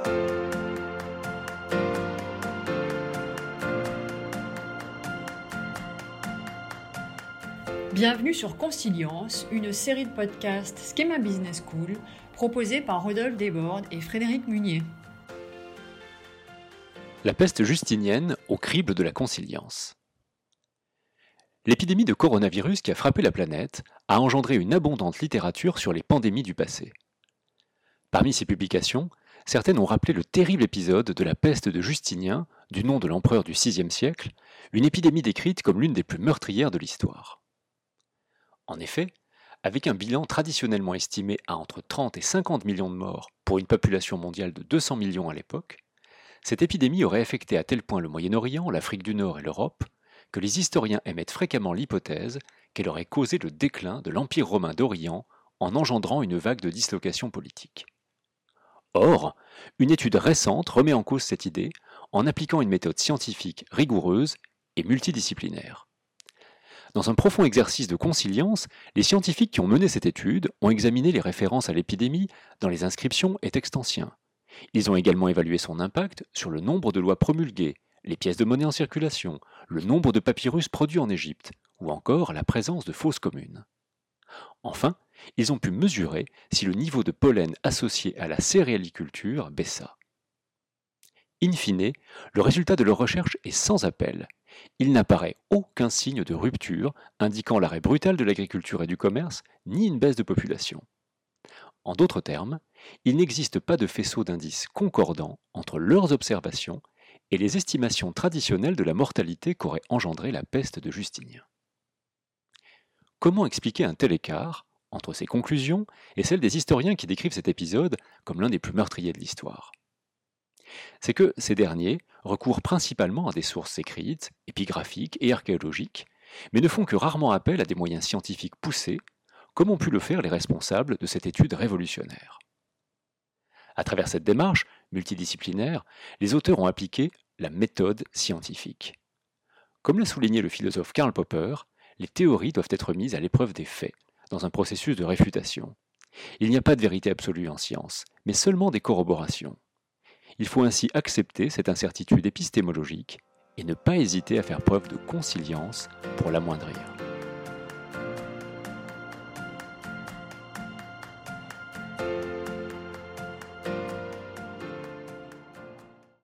Bienvenue sur Consilience, une série de podcasts Schema Business School proposée par Rodolphe Desbordes et Frédéric Munier. La peste justinienne au crible de la consilience. L'épidémie de coronavirus qui a frappé la planète a engendré une abondante littérature sur les pandémies du passé. Parmi ces publications, certaines ont rappelé le terrible épisode de la peste de Justinien, du nom de l'empereur du VIe siècle, une épidémie décrite comme l'une des plus meurtrières de l'histoire. En effet, avec un bilan traditionnellement estimé à entre 30 et 50 millions de morts pour une population mondiale de 200 millions à l'époque, cette épidémie aurait affecté à tel point le Moyen-Orient, l'Afrique du Nord et l'Europe que les historiens émettent fréquemment l'hypothèse qu'elle aurait causé le déclin de l'Empire romain d'Orient en engendrant une vague de dislocation politique. Or, une étude récente remet en cause cette idée en appliquant une méthode scientifique rigoureuse et multidisciplinaire. Dans un profond exercice de consilience, les scientifiques qui ont mené cette étude ont examiné les références à l'épidémie dans les inscriptions et textes anciens. Ils ont également évalué son impact sur le nombre de lois promulguées, les pièces de monnaie en circulation, le nombre de papyrus produits en Égypte, ou encore la présence de fosses communes. Enfin, ils ont pu mesurer si le niveau de pollen associé à la céréaliculture baissa. In fine, le résultat de leur recherche est sans appel. Il n'apparaît aucun signe de rupture indiquant l'arrêt brutal de l'agriculture et du commerce, ni une baisse de population. En d'autres termes, il n'existe pas de faisceau d'indices concordants entre leurs observations et les estimations traditionnelles de la mortalité qu'aurait engendré la peste de Justinien. Comment expliquer un tel écart entre ces conclusions et celles des historiens qui décrivent cet épisode comme l'un des plus meurtriers de l'histoire ? C'est que ces derniers recourent principalement à des sources écrites, épigraphiques et archéologiques, mais ne font que rarement appel à des moyens scientifiques poussés, comme ont pu le faire les responsables de cette étude révolutionnaire. À travers cette démarche multidisciplinaire, les auteurs ont appliqué la méthode scientifique. Comme l'a souligné le philosophe Karl Popper, les théories doivent être mises à l'épreuve des faits, dans un processus de réfutation. Il n'y a pas de vérité absolue en science, mais seulement des corroborations. Il faut ainsi accepter cette incertitude épistémologique et ne pas hésiter à faire preuve de consilience pour l'amoindrir.